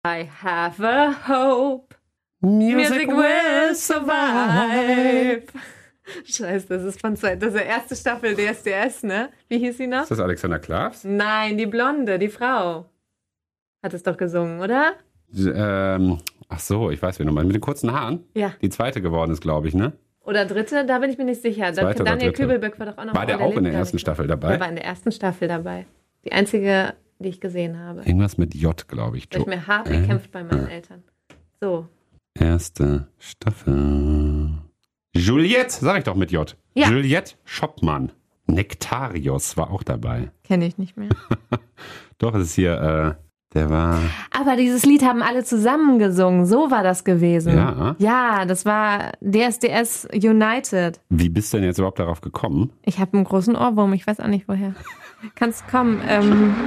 I have a hope. Music will survive. Scheiße, das ist das ist die erste Staffel DSDS, ne? Wie hieß sie noch? Ist das Alexander Klavs? Nein, die Blonde, die Frau. Hat es doch gesungen, oder? Ach so, ich weiß, wie nochmal. Mit den kurzen Haaren? Ja. Die zweite geworden ist, glaube ich, ne? Oder dritte, da bin ich mir nicht sicher. Zweite Daniel dritte. Kübelböck war doch auch noch. War der auch in der ersten Staffel dabei? Der war in der ersten Staffel dabei. Die einzige, die ich gesehen habe. Irgendwas mit J, glaube ich. Da hab ich mir hart gekämpft bei meinen Eltern. So. Erste Staffel. Juliette, sag ich doch mit J. Ja. Juliette Schoppmann. Nektarios war auch dabei. Kenne ich nicht mehr. Doch, es ist hier, der war... Aber dieses Lied haben alle zusammen gesungen. So war das gewesen. Ja? Ja, das war DSDS United. Wie bist du denn jetzt überhaupt darauf gekommen? Ich habe einen großen Ohrwurm. Ich weiß auch nicht, woher. Kannst kommen. Ja.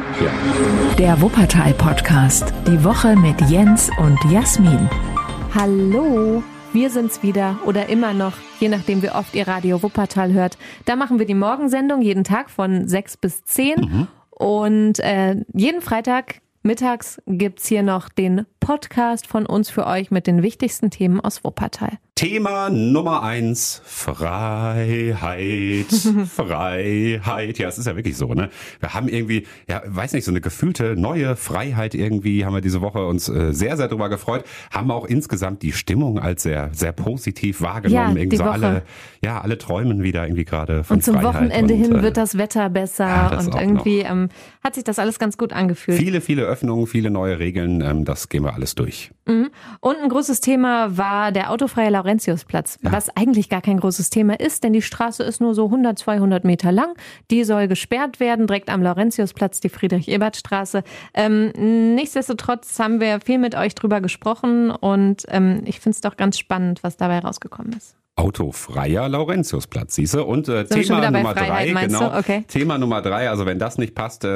Der Wuppertal-Podcast. Die Woche mit Jens und Jasmin. Hallo. Wir sind's wieder oder immer noch, je nachdem wie oft ihr Radio Wuppertal hört. Da machen wir die Morgensendung jeden Tag von 6 bis 10. Und jeden Freitag mittags gibt's hier noch den Podcast von uns für euch mit den wichtigsten Themen aus Wuppertal. Thema Nummer 1, Freiheit. Freiheit. Ja, es ist ja wirklich so, ne? Wir haben irgendwie, ja, weiß nicht, so eine gefühlte neue Freiheit irgendwie, haben wir diese Woche uns sehr, sehr drüber gefreut. Haben auch insgesamt die Stimmung als sehr, sehr positiv wahrgenommen. Ja, irgendwie die so Woche. alle träumen wieder irgendwie gerade von Und zum Freiheit. Wochenende hin wird das Wetter besser ja, das und auch irgendwie hat sich das alles ganz gut angefühlt. Viele, viele Öffnungen, viele neue Regeln, das gehen wir alles durch. Und ein großes Thema war der autofreie Laurentiusplatz, was eigentlich gar kein großes Thema ist, denn die Straße ist nur so 100, 200 Meter lang. Die soll gesperrt werden, direkt am Laurentiusplatz, die Friedrich-Ebert-Straße. Nichtsdestotrotz haben wir viel mit euch drüber gesprochen und ich finde es doch ganz spannend, was dabei rausgekommen ist. Autofreier Laurentiusplatz, siehst du? Und wir schon Thema wieder bei Nummer 3, Freiheit, meinst genau. du? Okay. Thema Nummer 3, also wenn das nicht passt,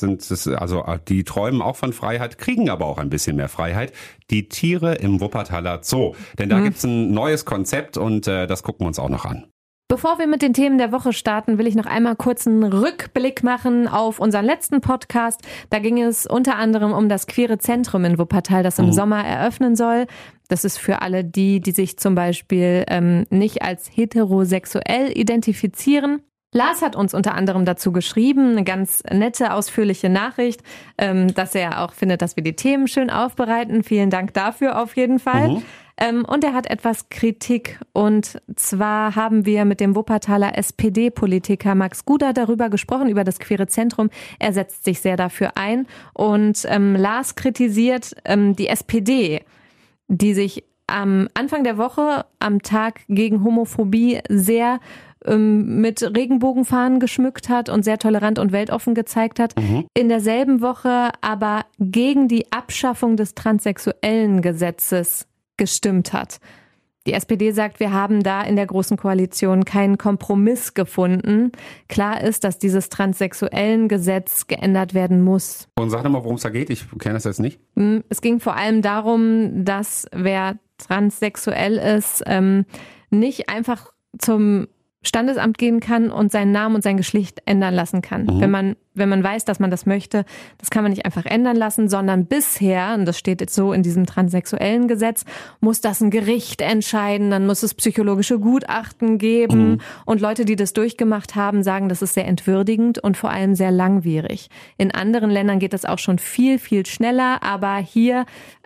die träumen auch von Freiheit, kriegen aber auch ein bisschen mehr Freiheit. Die Tiere im Wuppertaler Zoo. Denn da gibt's ein neues Konzept und das gucken wir uns auch noch an. Bevor wir mit den Themen der Woche starten, will ich noch einmal kurz einen Rückblick machen auf unseren letzten Podcast. Da ging es unter anderem um das Queere Zentrum in Wuppertal, das im Sommer eröffnen soll. Das ist für alle die sich zum Beispiel nicht als heterosexuell identifizieren. Lars hat uns unter anderem dazu geschrieben, eine ganz nette, ausführliche Nachricht, dass er auch findet, dass wir die Themen schön aufbereiten. Vielen Dank dafür auf jeden Fall. Und er hat etwas Kritik. Und zwar haben wir mit dem Wuppertaler SPD-Politiker Max Guder darüber gesprochen, über das Queere Zentrum. Er setzt sich sehr dafür ein. Und Lars kritisiert die SPD, die sich am Anfang der Woche, am Tag gegen Homophobie, sehr mit Regenbogenfahnen geschmückt hat und sehr tolerant und weltoffen gezeigt hat. In derselben Woche aber gegen die Abschaffung des transsexuellen Gesetzes gestimmt hat. Die SPD sagt, wir haben da in der Großen Koalition keinen Kompromiss gefunden. Klar ist, dass dieses transsexuellen Gesetz geändert werden muss. Und sag doch mal, worum es da geht. Ich kenne das jetzt nicht. Es ging vor allem darum, dass wer transsexuell ist, nicht einfach zum Standesamt gehen kann und seinen Namen und sein Geschlecht ändern lassen kann. Wenn man weiß, dass man das möchte, das kann man nicht einfach ändern lassen, sondern bisher, und das steht jetzt so in diesem transsexuellen Gesetz, muss das ein Gericht entscheiden, dann muss es psychologische Gutachten geben und Leute, die das durchgemacht haben, sagen, das ist sehr entwürdigend und vor allem sehr langwierig. In anderen Ländern geht das auch schon viel, viel schneller, aber hier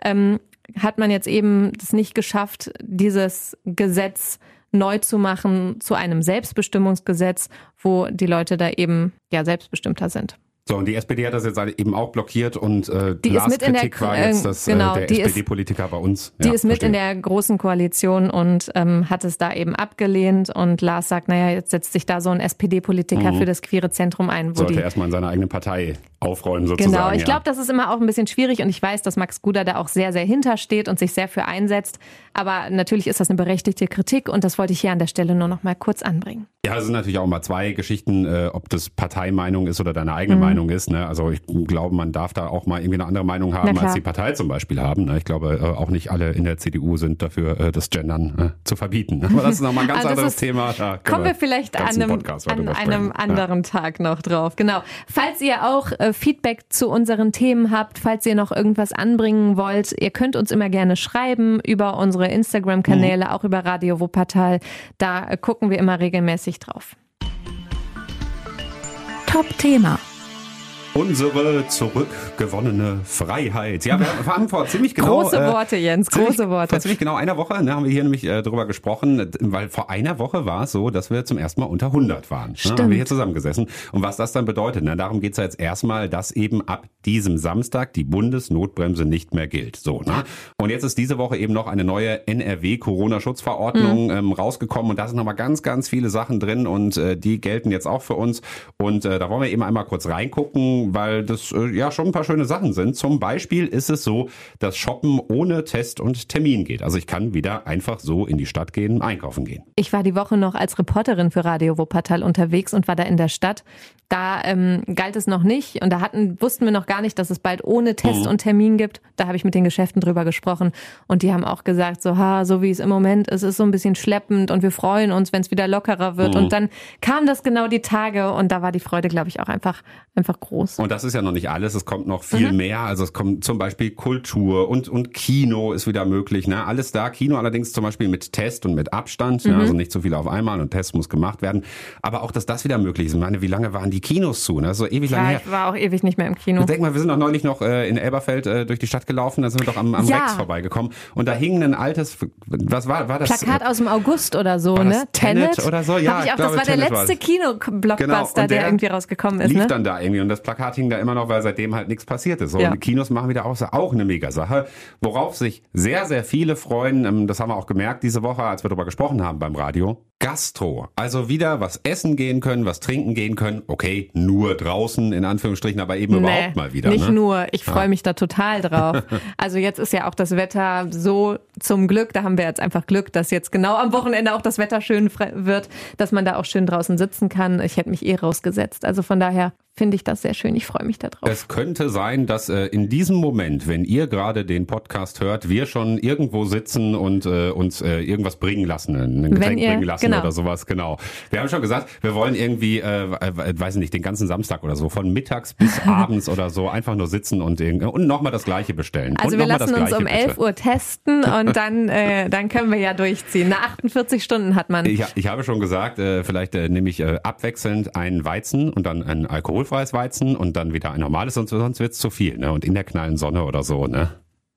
hat man jetzt eben das nicht geschafft, dieses Gesetz neu zu machen zu einem Selbstbestimmungsgesetz, wo die Leute da eben selbstbestimmter sind. So, und die SPD hat das jetzt eben auch blockiert und die Lars ist mit in Kritik der, war jetzt, dass genau, der SPD-Politiker bei uns... Die ist mit in der Großen Koalition und hat es da eben abgelehnt und Lars sagt, naja, jetzt setzt sich da so ein SPD-Politiker für das Queere Zentrum ein. Sollte erstmal in seiner eigenen Partei aufräumen sozusagen. Genau, ich glaube, das ist immer auch ein bisschen schwierig und ich weiß, dass Max Guder da auch sehr, sehr hintersteht und sich sehr für einsetzt. Aber natürlich ist das eine berechtigte Kritik und das wollte ich hier an der Stelle nur noch mal kurz anbringen. Ja, es sind natürlich auch immer zwei Geschichten, ob das Parteimeinung ist oder deine eigene Meinung ist. Ne? Also ich glaube, man darf da auch mal irgendwie eine andere Meinung haben, als die Partei zum Beispiel haben. Ne? Ich glaube, auch nicht alle in der CDU sind dafür, das Gendern zu verbieten. Aber das ist nochmal ein ganz anderes Thema. Da kommen wir vielleicht an einem anderen Tag noch drauf. Genau. Falls ihr auch Feedback zu unseren Themen habt, falls ihr noch irgendwas anbringen wollt, ihr könnt uns immer gerne schreiben über unsere Instagram-Kanäle, auch über Radio Wuppertal. Da gucken wir immer regelmäßig drauf. Top-Thema. Unsere zurückgewonnene Freiheit. Ja, wir haben vor ziemlich genau... Große Worte, Jens, große Worte. Vor ziemlich genau einer Woche haben wir hier nämlich drüber gesprochen, weil vor einer Woche war es so, dass wir zum ersten Mal unter 100 waren. Stimmt. Haben wir hier zusammengesessen. Und was das dann bedeutet, darum geht's ja jetzt erstmal, dass eben ab diesem Samstag die Bundesnotbremse nicht mehr gilt. So, ne? Und jetzt ist diese Woche eben noch eine neue NRW-Corona-Schutzverordnung rausgekommen und da sind nochmal ganz, ganz viele Sachen drin und die gelten jetzt auch für uns. Und da wollen wir eben einmal kurz reingucken, weil das ja schon ein paar schöne Sachen sind. Zum Beispiel ist es so, dass Shoppen ohne Test und Termin geht. Also ich kann wieder einfach so in die Stadt gehen, einkaufen gehen. Ich war die Woche noch als Reporterin für Radio Wuppertal unterwegs und war da in der Stadt. Da galt es noch nicht und da wussten wir noch gar nicht, dass es bald ohne Test und Termin gibt. Da habe ich mit den Geschäften drüber gesprochen und die haben auch gesagt, so wie es im Moment ist, ist so ein bisschen schleppend und wir freuen uns, wenn es wieder lockerer wird. Und dann kam das genau die Tage und da war die Freude, glaube ich, auch einfach groß. Und das ist ja noch nicht alles, es kommt noch viel mehr. Also es kommt zum Beispiel Kultur und Kino ist wieder möglich. Ne? Alles da, Kino allerdings zum Beispiel mit Test und mit Abstand, ne? Also nicht zu viel auf einmal und Test muss gemacht werden. Aber auch, dass das wieder möglich ist. Ich meine, wie lange waren die Kinos zu? Ne? So ewig lange her. Ich war auch ewig nicht mehr im Kino. Ich denke mal, wir sind auch neulich noch in Elberfeld durch die Stadt gelaufen, da sind wir doch am Rex vorbeigekommen. Und da hing ein altes, was war das? Plakat aus dem August oder so, war ne? das Tenet oder so? Ja, das war der letzte Kino-Blockbuster, der irgendwie rausgekommen ist. Lief dann da irgendwie und das Plakat hing da immer noch, weil seitdem halt nichts passiert ist. So, und die Kinos machen wieder auch eine Mega-Sache, worauf sich sehr, sehr viele freuen. Das haben wir auch gemerkt diese Woche, als wir darüber gesprochen haben beim Radio. Gastro. Also wieder was essen gehen können, was trinken gehen können. Okay, nur draußen in Anführungsstrichen, aber eben überhaupt mal wieder. Nicht nur. Ich freue mich da total drauf. Also jetzt ist ja auch das Wetter so zum Glück, da haben wir jetzt einfach Glück, dass jetzt genau am Wochenende auch das Wetter schön wird, dass man da auch schön draußen sitzen kann. Ich hätte mich rausgesetzt. Also von daher finde ich das sehr schön. Ich freue mich da drauf. Es könnte sein, dass in diesem Moment, wenn ihr gerade den Podcast hört, wir schon irgendwo sitzen und uns irgendwas bringen lassen, ein Getränk bringen lassen oder sowas. Genau. Wir haben schon gesagt, wir wollen irgendwie, weiß ich nicht, den ganzen Samstag oder so, von mittags bis abends oder so, einfach nur sitzen und nochmal das Gleiche bestellen. Also wir lassen uns um 11 Uhr testen und dann können wir ja durchziehen. Nach 48 Stunden hat man. Ich habe schon gesagt, vielleicht nehme ich abwechselnd einen Weizen und dann ein alkoholfreies Weizen und dann wieder ein normales, sonst wird's zu viel, ne? Und in der knallen Sonne oder so, ne?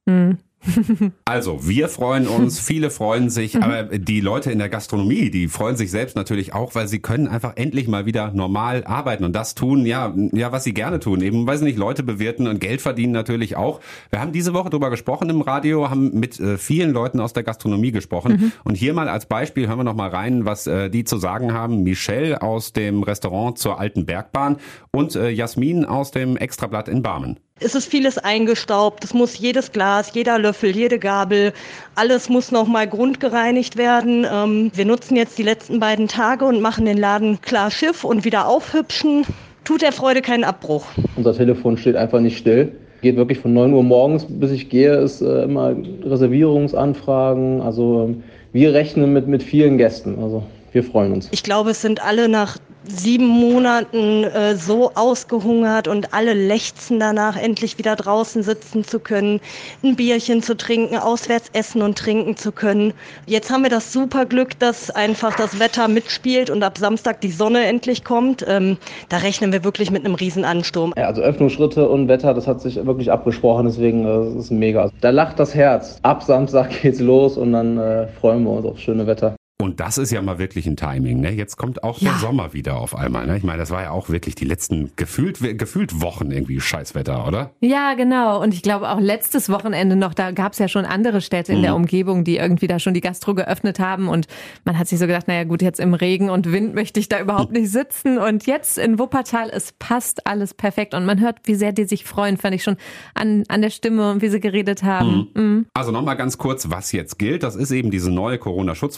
Also, wir freuen uns, viele freuen sich, aber die Leute in der Gastronomie, die freuen sich selbst natürlich auch, weil sie können einfach endlich mal wieder normal arbeiten und das tun, ja, was sie gerne tun. Eben, weiß nicht, Leute bewirten und Geld verdienen natürlich auch. Wir haben diese Woche drüber gesprochen im Radio, haben mit vielen Leuten aus der Gastronomie gesprochen und hier mal als Beispiel hören wir noch mal rein, was die zu sagen haben. Michelle aus dem Restaurant zur Alten Bergbahn und Jasmin aus dem Extrablatt in Barmen. Es ist vieles eingestaubt, es muss jedes Glas, jeder Löffel, jede Gabel, alles muss nochmal grundgereinigt werden. Wir nutzen jetzt die letzten beiden Tage und machen den Laden klar Schiff und wieder aufhübschen. Tut der Freude keinen Abbruch. Unser Telefon steht einfach nicht still. Geht wirklich von 9 Uhr morgens bis ich gehe, ist immer Reservierungsanfragen. Also wir rechnen mit vielen Gästen, also wir freuen uns. Ich glaube, es sind alle nach 7 Monaten so ausgehungert und alle lechzen danach, endlich wieder draußen sitzen zu können, ein Bierchen zu trinken, auswärts essen und trinken zu können. Jetzt haben wir das super Glück, dass einfach das Wetter mitspielt und ab Samstag die Sonne endlich kommt. Da rechnen wir wirklich mit einem Riesenansturm. Ja, also Öffnungsschritte und Wetter, das hat sich wirklich abgesprochen, deswegen das ist mega. Da lacht das Herz. Ab Samstag geht's los und dann freuen wir uns aufs schöne Wetter. Und das ist ja mal wirklich ein Timing, ne? Jetzt kommt auch der Sommer wieder auf einmal, ne? Ich meine, das war ja auch wirklich die letzten gefühlt Wochen irgendwie Scheißwetter, oder? Ja, genau. Und ich glaube auch letztes Wochenende noch, da gab es ja schon andere Städte in der Umgebung, die irgendwie da schon die Gastro geöffnet haben. Und man hat sich so gedacht, naja gut, jetzt im Regen und Wind möchte ich da überhaupt nicht sitzen. Und jetzt in Wuppertal, es passt alles perfekt. Und man hört, wie sehr die sich freuen, fand ich schon an der Stimme und wie sie geredet haben. Also nochmal ganz kurz, was jetzt gilt. Das ist eben diese neue Corona-Schutzverordnung.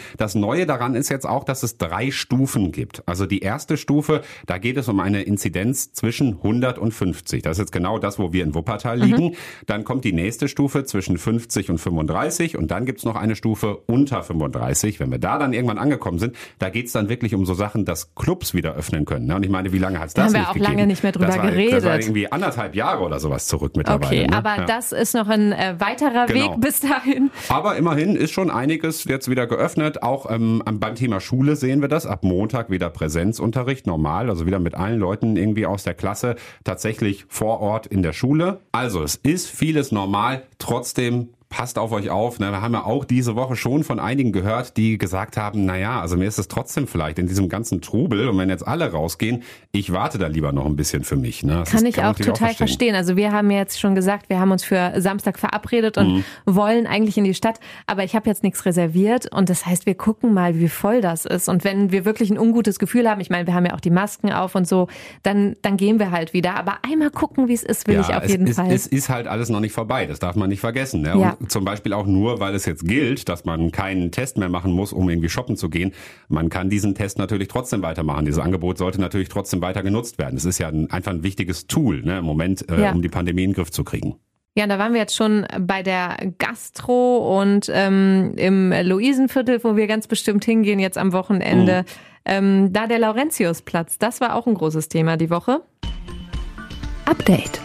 Das Neue daran ist jetzt auch, dass es 3 Stufen gibt. Also die erste Stufe, da geht es um eine Inzidenz zwischen 100 und 50. Das ist jetzt genau das, wo wir in Wuppertal liegen. Dann kommt die nächste Stufe zwischen 50 und 35 und dann gibt's noch eine Stufe unter 35. Wenn wir da dann irgendwann angekommen sind, da geht's dann wirklich um so Sachen, dass Clubs wieder öffnen können. Und ich meine, wie lange hat's das nicht gegeben? Da haben wir auch lange nicht mehr drüber geredet. Das war irgendwie 1,5 Jahre oder sowas zurück mittlerweile. Okay, aber das ist noch ein weiterer Weg bis dahin. Aber immerhin ist schon einiges jetzt wieder geöffnet. Auch beim Thema Schule sehen wir das. Ab Montag wieder Präsenzunterricht, normal. Also wieder mit allen Leuten irgendwie aus der Klasse tatsächlich vor Ort in der Schule. Also es ist vieles normal. Trotzdem passt auf euch auf. Wir haben ja auch diese Woche schon von einigen gehört, die gesagt haben, naja, also mir ist es trotzdem vielleicht in diesem ganzen Trubel und wenn jetzt alle rausgehen, ich warte da lieber noch ein bisschen für mich. Ne? Kann ich auch total verstehen. Also wir haben jetzt schon gesagt, wir haben uns für Samstag verabredet und wollen eigentlich in die Stadt, aber ich habe jetzt nichts reserviert und das heißt, wir gucken mal, wie voll das ist und wenn wir wirklich ein ungutes Gefühl haben, ich meine, wir haben ja auch die Masken auf und so, dann gehen wir halt wieder, aber einmal gucken, wie es ist, will ich auf jeden Fall. Es ist halt alles noch nicht vorbei, das darf man nicht vergessen. Ne? Ja. Zum Beispiel auch nur, weil es jetzt gilt, dass man keinen Test mehr machen muss, um irgendwie shoppen zu gehen. Man kann diesen Test natürlich trotzdem weitermachen. Dieses Angebot sollte natürlich trotzdem weiter genutzt werden. Es ist ja einfach ein wichtiges Tool, ne, im Moment, um die Pandemie in den Griff zu kriegen. Ja, da waren wir jetzt schon bei der Gastro und im Luisenviertel, wo wir ganz bestimmt hingehen jetzt am Wochenende. Da der Laurentiusplatz, das war auch ein großes Thema die Woche. Update.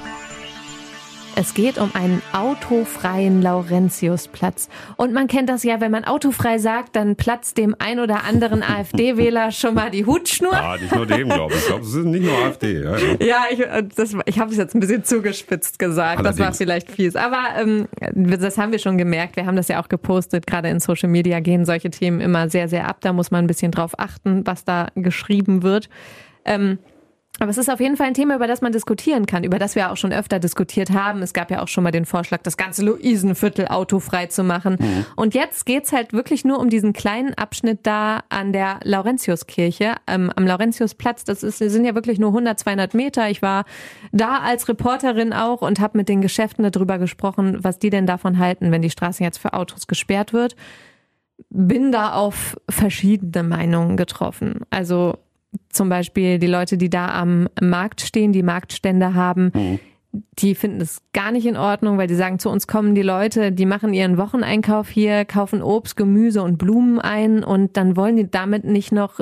Es geht um einen autofreien Laurentiusplatz. Und man kennt das ja, wenn man autofrei sagt, dann platzt dem ein oder anderen AfD-Wähler schon mal die Hutschnur. Ja, nicht nur dem, glaube ich. Ich glaube, es ist nicht nur AfD. Ja, ich habe es jetzt ein bisschen zugespitzt gesagt. Allerdings. Das war vielleicht fies. Aber das haben wir schon gemerkt. Wir haben das ja auch gepostet. Gerade in Social Media gehen solche Themen immer sehr, sehr ab. Da muss man ein bisschen drauf achten, was da geschrieben wird. Aber es ist auf jeden Fall ein Thema, über das man diskutieren kann, über das wir auch schon öfter diskutiert haben. Es gab ja auch schon mal den Vorschlag, das ganze Luisenviertel autofrei zu machen. Und jetzt geht's halt wirklich nur um diesen kleinen Abschnitt da an der Laurentiuskirche, am Laurentiusplatz. Sind ja wirklich nur 100, 200 Meter. Ich war da als Reporterin auch und habe mit den Geschäften darüber gesprochen, was die denn davon halten, wenn die Straße jetzt für Autos gesperrt wird. Bin da auf verschiedene Meinungen getroffen. Also zum Beispiel die Leute, die da am Markt stehen, die Marktstände haben, die finden es gar nicht in Ordnung, weil die sagen, zu uns kommen die Leute, die machen ihren Wocheneinkauf hier, kaufen Obst, Gemüse und Blumen ein und dann wollen die damit nicht noch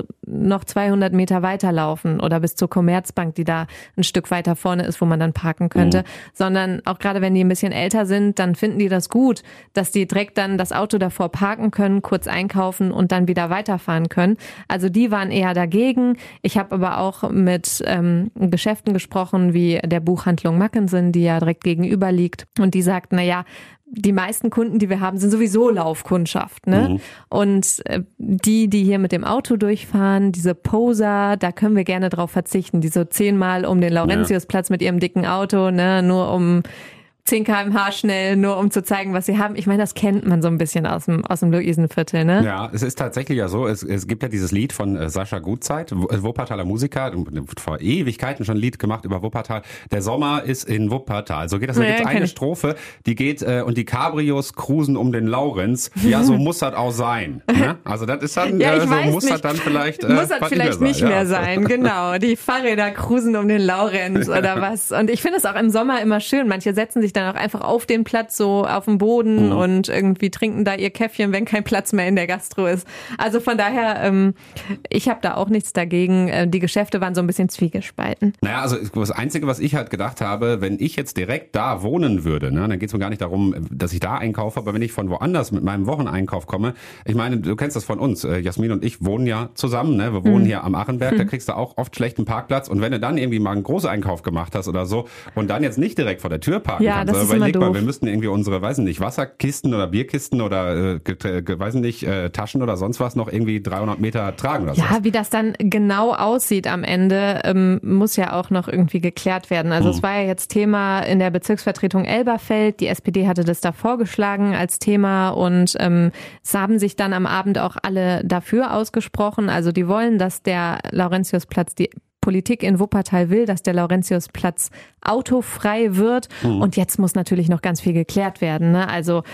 200 Meter weiterlaufen oder bis zur Commerzbank, die da ein Stück weiter vorne ist, wo man dann parken könnte, sondern auch gerade wenn die ein bisschen älter sind, dann finden die das gut, dass die direkt dann das Auto davor parken können, kurz einkaufen und dann wieder weiterfahren können. Also die waren eher dagegen. Ich habe aber auch mit Geschäften gesprochen, wie der Buchhandlung Mackensen, die ja direkt gegenüber liegt. Und die sagt, naja, die meisten Kunden, die wir haben, sind sowieso Laufkundschaft, ne? Und die hier mit dem Auto durchfahren, diese Poser, da können wir gerne drauf verzichten, die so 10-mal um den Laurentiusplatz mit ihrem dicken Auto, ne, nur um 10 km/h schnell, nur um zu zeigen, was sie haben. Ich meine, das kennt man so ein bisschen aus dem Luisenviertel, ne? Ja, es ist tatsächlich ja so, es gibt ja dieses Lied von Sascha Gutzeit, Wuppertaler Musiker, vor Ewigkeiten schon ein Lied gemacht über Wuppertal. Der Sommer ist in Wuppertal. So geht das, da gibt's eine Strophe, die geht, und die Cabrios cruisen um den Laurenz. Ja, so muss das auch sein. Ne? Also das ist dann, so muss das dann vielleicht muss das vielleicht nicht mehr sein, genau. Die Fahrräder cruisen um den Laurenz oder was. Und ich finde es auch im Sommer immer schön. Manche setzen sich dann auch einfach auf den Platz, so auf dem Boden und irgendwie trinken da ihr Käffchen, wenn kein Platz mehr in der Gastro ist. Also von daher, ich habe da auch nichts dagegen. Die Geschäfte waren so ein bisschen zwiegespalten. Naja, also das Einzige, was ich halt gedacht habe, wenn ich jetzt direkt da wohnen würde, ne, dann geht es mir gar nicht darum, dass ich da einkaufe, aber wenn ich von woanders mit meinem Wocheneinkauf komme, ich meine, du kennst das von uns, Jasmin und ich wohnen ja zusammen, ne? Wir wohnen hier am Achenberg, da kriegst du auch oft schlechten Parkplatz und wenn du dann irgendwie mal einen Großeinkauf gemacht hast oder so und dann jetzt nicht direkt vor der Tür parken kannst, das ist immer doof. Wir müssten irgendwie unsere, weiß nicht, Wasserkisten oder Bierkisten oder, weiß nicht, Taschen oder sonst was noch irgendwie 300 Meter tragen oder so. Ja, wie das dann genau aussieht am Ende, muss ja auch noch irgendwie geklärt werden. Also es war ja jetzt Thema in der Bezirksvertretung Elberfeld. Die SPD hatte das da vorgeschlagen als Thema und es haben sich dann am Abend auch alle dafür ausgesprochen. Also die wollen, dass der Laurentiusplatz, die Politik in Wuppertal will, dass der Laurentiusplatz autofrei wird. Und jetzt muss natürlich noch ganz viel geklärt werden, ne? Also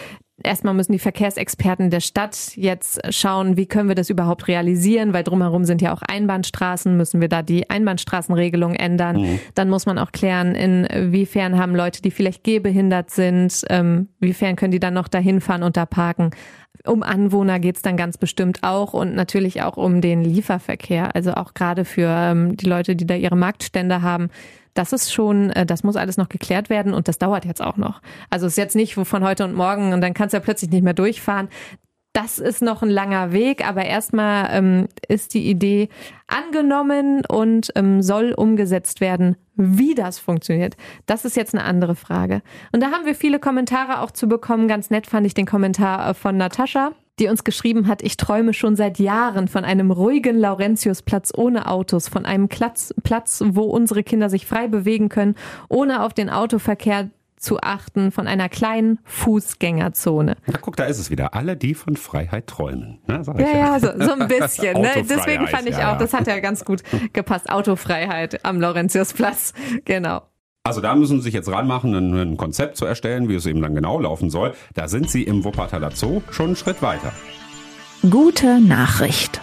Erstmal müssen die Verkehrsexperten der Stadt jetzt schauen, wie können wir das überhaupt realisieren, weil drumherum sind ja auch Einbahnstraßen, müssen wir da die Einbahnstraßenregelung ändern. Dann muss man auch klären, inwiefern haben Leute, die vielleicht gehbehindert sind, inwiefern können die dann noch dahin fahren und da parken. Um Anwohner geht's dann ganz bestimmt auch und natürlich auch um den Lieferverkehr, also auch gerade für die Leute, die da ihre Marktstände haben. Das ist schon, das muss alles noch geklärt werden und das dauert jetzt auch noch. Also es ist jetzt nicht von heute und morgen und dann kannst du ja plötzlich nicht mehr durchfahren. Das ist noch ein langer Weg, aber erstmal ist die Idee angenommen und soll umgesetzt werden. Wie das funktioniert, das ist jetzt eine andere Frage. Und da haben wir viele Kommentare auch zu bekommen. Ganz nett fand ich den Kommentar von Natascha, die uns geschrieben hat, ich träume schon seit Jahren von einem ruhigen Laurentiusplatz ohne Autos, von einem Platz, wo unsere Kinder sich frei bewegen können, ohne auf den Autoverkehr zu achten, von einer kleinen Fußgängerzone. Na guck, da ist es wieder. Alle, die von Freiheit träumen. Ne, sag ich ja, so ein bisschen. Ne? Deswegen fand ich auch, das hat ja ganz gut gepasst. Autofreiheit am Laurentiusplatz. Genau. Also da müssen Sie sich jetzt ranmachen, ein Konzept zu erstellen, wie es eben dann genau laufen soll. Da sind Sie im Wuppertaler Zoo schon einen Schritt weiter. Gute Nachricht.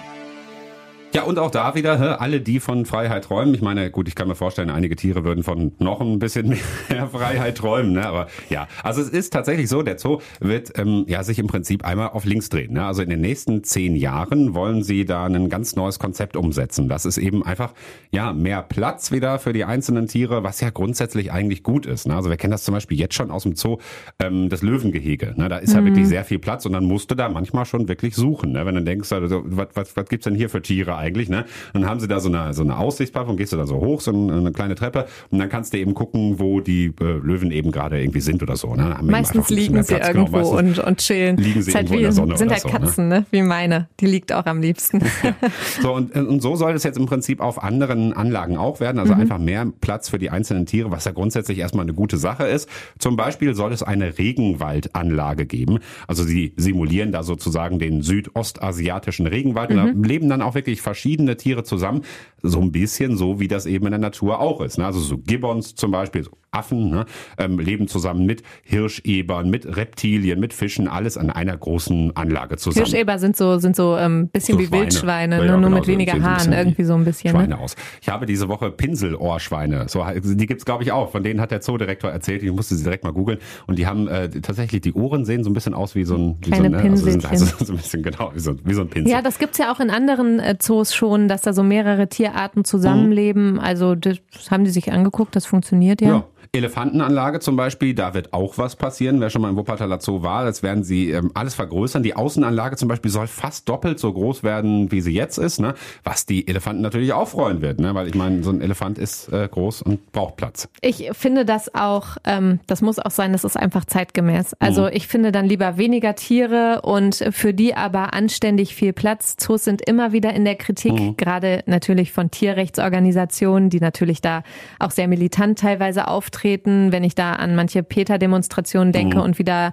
Ja, und auch da wieder, alle, die von Freiheit träumen. Ich meine, gut, ich kann mir vorstellen, einige Tiere würden von noch ein bisschen mehr Freiheit träumen, ne? Aber ja, also es ist tatsächlich so, der Zoo wird sich im Prinzip einmal auf links drehen, ne? Also in den nächsten 10 Jahren wollen sie da ein ganz neues Konzept umsetzen. Das ist eben einfach, mehr Platz wieder für die einzelnen Tiere, was ja grundsätzlich eigentlich gut ist, ne? Also wir kennen das zum Beispiel jetzt schon aus dem Zoo, das Löwengehege, ne? Da ist ja wirklich sehr viel Platz und dann musst du da manchmal schon wirklich suchen, ne? Wenn du denkst, also, was gibt's denn hier für Tiere eigentlich, ne? Dann haben sie da so eine Aussichtsplattform, gehst du da so hoch, so eine kleine Treppe und dann kannst du eben gucken, wo die Löwen eben gerade irgendwie sind oder so, ne? Meistens liegen sie irgendwo und chillen. Liegen sie irgendwo in der Sonne sind halt oder so, Katzen, ne? Wie meine. Die liegt auch am liebsten. Ja. So, und so soll es jetzt im Prinzip auf anderen Anlagen auch werden, also einfach mehr Platz für die einzelnen Tiere, was ja grundsätzlich erstmal eine gute Sache ist. Zum Beispiel soll es eine Regenwaldanlage geben, also sie simulieren da sozusagen den südostasiatischen Regenwald und da leben dann auch wirklich verschiedene Tiere zusammen, so ein bisschen so, wie das eben in der Natur auch ist, ne? Also so Gibbons zum Beispiel, so Affen, ne? Leben zusammen mit Hirschebern, mit Reptilien, mit Fischen, alles an einer großen Anlage zusammen. Hirscheber sind so bisschen wie Schweine. Wildschweine, ja, nur mit weniger Haaren, irgendwie so ein bisschen. Schweine aus. Ich habe diese Woche Pinselohrschweine, die gibt's glaube ich auch, von denen hat der Zoodirektor erzählt, ich musste sie direkt mal googeln und die haben tatsächlich, die Ohren sehen so ein bisschen aus wie so ein Pinselchen. Also so ein bisschen genau, wie so ein Pinsel. Ja, das gibt's ja auch in anderen Zoos schon, dass da so mehrere Tierarten zusammenleben, also das haben die sich angeguckt, das funktioniert ja. Elefantenanlage zum Beispiel, da wird auch was passieren. Wer schon mal im Wuppertaler Zoo war, das werden sie alles vergrößern. Die Außenanlage zum Beispiel soll fast doppelt so groß werden, wie sie jetzt ist, ne? Was die Elefanten natürlich auch freuen wird, ne? Weil ich meine, so ein Elefant ist groß und braucht Platz. Ich finde das auch, das muss auch sein, das ist einfach zeitgemäß. Also ich finde dann lieber weniger Tiere und für die aber anständig viel Platz. Zoos sind immer wieder in der Kritik, gerade natürlich von Tierrechtsorganisationen, die natürlich da auch sehr militant teilweise auftreten. Wenn ich da an manche PETA-Demonstrationen denke und wie da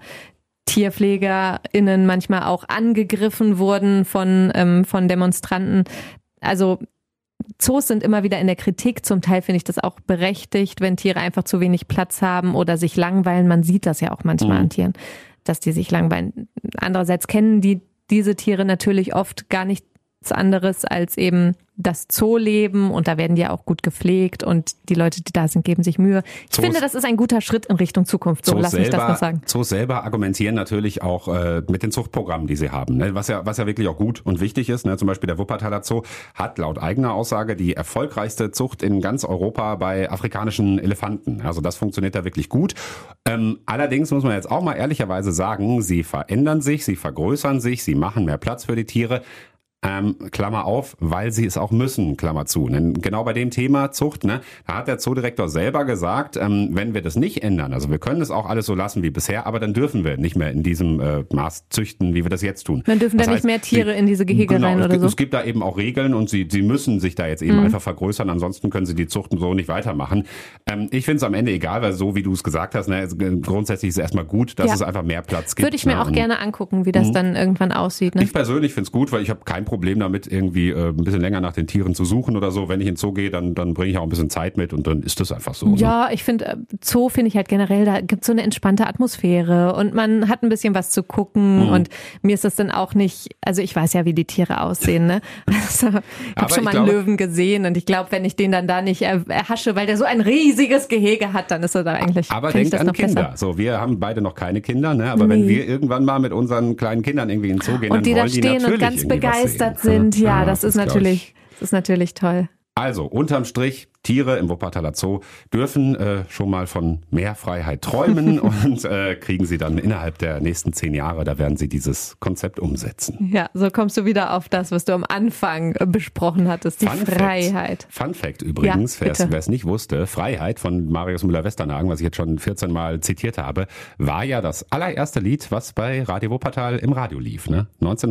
TierpflegerInnen manchmal auch angegriffen wurden von Demonstranten. Also Zoos sind immer wieder in der Kritik. Zum Teil finde ich das auch berechtigt, wenn Tiere einfach zu wenig Platz haben oder sich langweilen. Man sieht das ja auch manchmal an Tieren, dass die sich langweilen. Andererseits kennen diese Tiere natürlich oft gar nichts anderes als eben das Zooleben und da werden die ja auch gut gepflegt und die Leute, die da sind, geben sich Mühe. Ich finde, das ist ein guter Schritt in Richtung Zukunft. So, lass mich das noch sagen. Zoos selber argumentieren natürlich auch mit den Zuchtprogrammen, die sie haben, ne? Was ja wirklich auch gut und wichtig ist, ne? Zum Beispiel der Wuppertaler Zoo hat laut eigener Aussage die erfolgreichste Zucht in ganz Europa bei afrikanischen Elefanten. Also das funktioniert da wirklich gut. Allerdings muss man jetzt auch mal ehrlicherweise sagen, sie verändern sich, sie vergrößern sich, sie machen mehr Platz für die Tiere. Klammer auf, weil sie es auch müssen, Klammer zu. Denn genau bei dem Thema Zucht, ne, da hat der Zoodirektor selber gesagt, wenn wir das nicht ändern, also wir können es auch alles so lassen wie bisher, aber dann dürfen wir nicht mehr in diesem Maß züchten, wie wir das jetzt tun. Dann dürfen da nicht mehr Tiere in diese Gehege rein oder so. Es gibt da eben auch Regeln und sie müssen sich da jetzt eben einfach vergrößern, ansonsten können sie die Zuchten so nicht weitermachen. Ich finde es am Ende egal, weil so wie du es gesagt hast, ne, grundsätzlich ist es erstmal gut, dass es einfach mehr Platz gibt. Würde ich mir auch gerne angucken, wie das dann irgendwann aussieht. Ne? Ich persönlich finde es gut, weil ich habe kein Problem Problem damit, irgendwie ein bisschen länger nach den Tieren zu suchen oder so. Wenn ich in den Zoo gehe, dann bringe ich auch ein bisschen Zeit mit und dann ist das einfach so. Ja, ich finde, Zoo finde ich halt generell, da gibt es so eine entspannte Atmosphäre und man hat ein bisschen was zu gucken und mir ist das dann auch nicht, also ich weiß ja, wie die Tiere aussehen, ne? Also, ich habe schon mal einen Löwen gesehen und ich glaube, wenn ich den dann da nicht erhasche, weil der so ein riesiges Gehege hat, dann ist er da eigentlich. Aber denkt an Kinder. So, wir haben beide noch keine Kinder, ne? Aber wenn wir irgendwann mal mit unseren kleinen Kindern irgendwie in den Zoo gehen, und dann wollen da stehen und ganz begeistert sind, ja, das ist natürlich toll. Also, unterm Strich, Tiere im Wuppertaler Zoo dürfen schon mal von mehr Freiheit träumen und kriegen sie dann innerhalb der nächsten 10 Jahre, da werden sie dieses Konzept umsetzen. Ja, so kommst du wieder auf das, was du am Anfang besprochen hattest, die Freiheit. Fun Fact übrigens, wer es nicht wusste, Freiheit von Marius Müller-Westernhagen, was ich jetzt schon 14 Mal zitiert habe, war ja das allererste Lied, was bei Radio Wuppertal im Radio lief. Ne?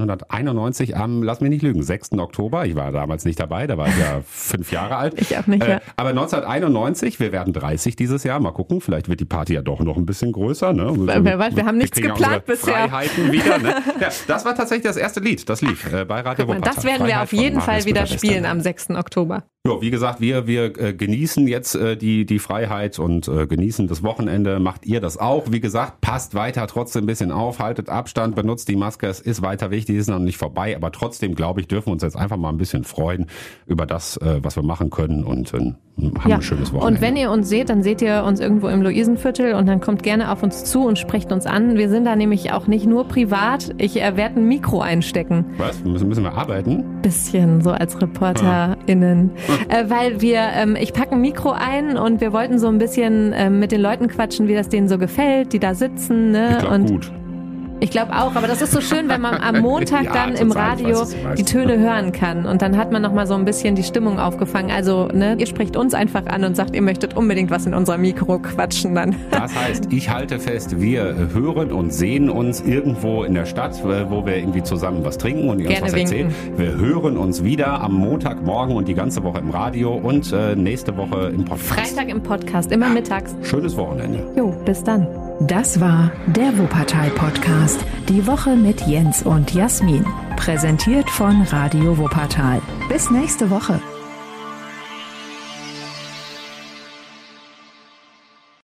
1991 am, lass mich nicht lügen, 6. Oktober, ich war damals nicht dabei, da war ich ja 5 Jahre alt. Ich auch nicht, ja. Aber 1991, wir werden 30 dieses Jahr, mal gucken, vielleicht wird die Party ja doch noch ein bisschen größer. Ne? Wer weiß, wir haben nichts geplant bisher. Freiheiten wieder, ne? Ja, das war tatsächlich das erste Lied, das lief bei Radio Wuppertal. Das werden wir auf jeden Fall wieder spielen am 6. Oktober. Ja, wie gesagt, wir genießen jetzt die Freiheit und genießen das Wochenende. Macht ihr das auch? Wie gesagt, passt weiter trotzdem ein bisschen auf, haltet Abstand, benutzt die Maske. Es ist weiter wichtig, ist noch nicht vorbei. Aber trotzdem, glaube ich, dürfen wir uns jetzt einfach mal ein bisschen freuen über das, was wir machen können und haben ein schönes Wochenende. Und wenn ihr uns seht, dann seht ihr uns irgendwo im Luisenviertel und dann kommt gerne auf uns zu und sprecht uns an. Wir sind da nämlich auch nicht nur privat. Ich werde ein Mikro einstecken. Was? Müssen wir arbeiten? Bisschen so als ReporterInnen. Weil ich packe ein Mikro ein und wir wollten so ein bisschen mit den Leuten quatschen, wie das denen so gefällt, die da sitzen. Ne? Ich glaub, gut. Ich glaube auch, aber das ist so schön, wenn man am Montag dann im Radio die Töne hören kann und dann hat man nochmal so ein bisschen die Stimmung aufgefangen. Also, ne, ihr sprecht uns einfach an und sagt, ihr möchtet unbedingt was in unser Mikro quatschen dann. Das heißt, ich halte fest, wir hören und sehen uns irgendwo in der Stadt, wo wir irgendwie zusammen was trinken und ihr uns was erzählen. Wir hören uns wieder am Montagmorgen und die ganze Woche im Radio und nächste Woche im Podcast. Freitag im Podcast, immer mittags. Schönes Wochenende. Jo, bis dann. Das war der Wuppertal-Podcast. Die Woche mit Jens und Jasmin. Präsentiert von Radio Wuppertal. Bis nächste Woche.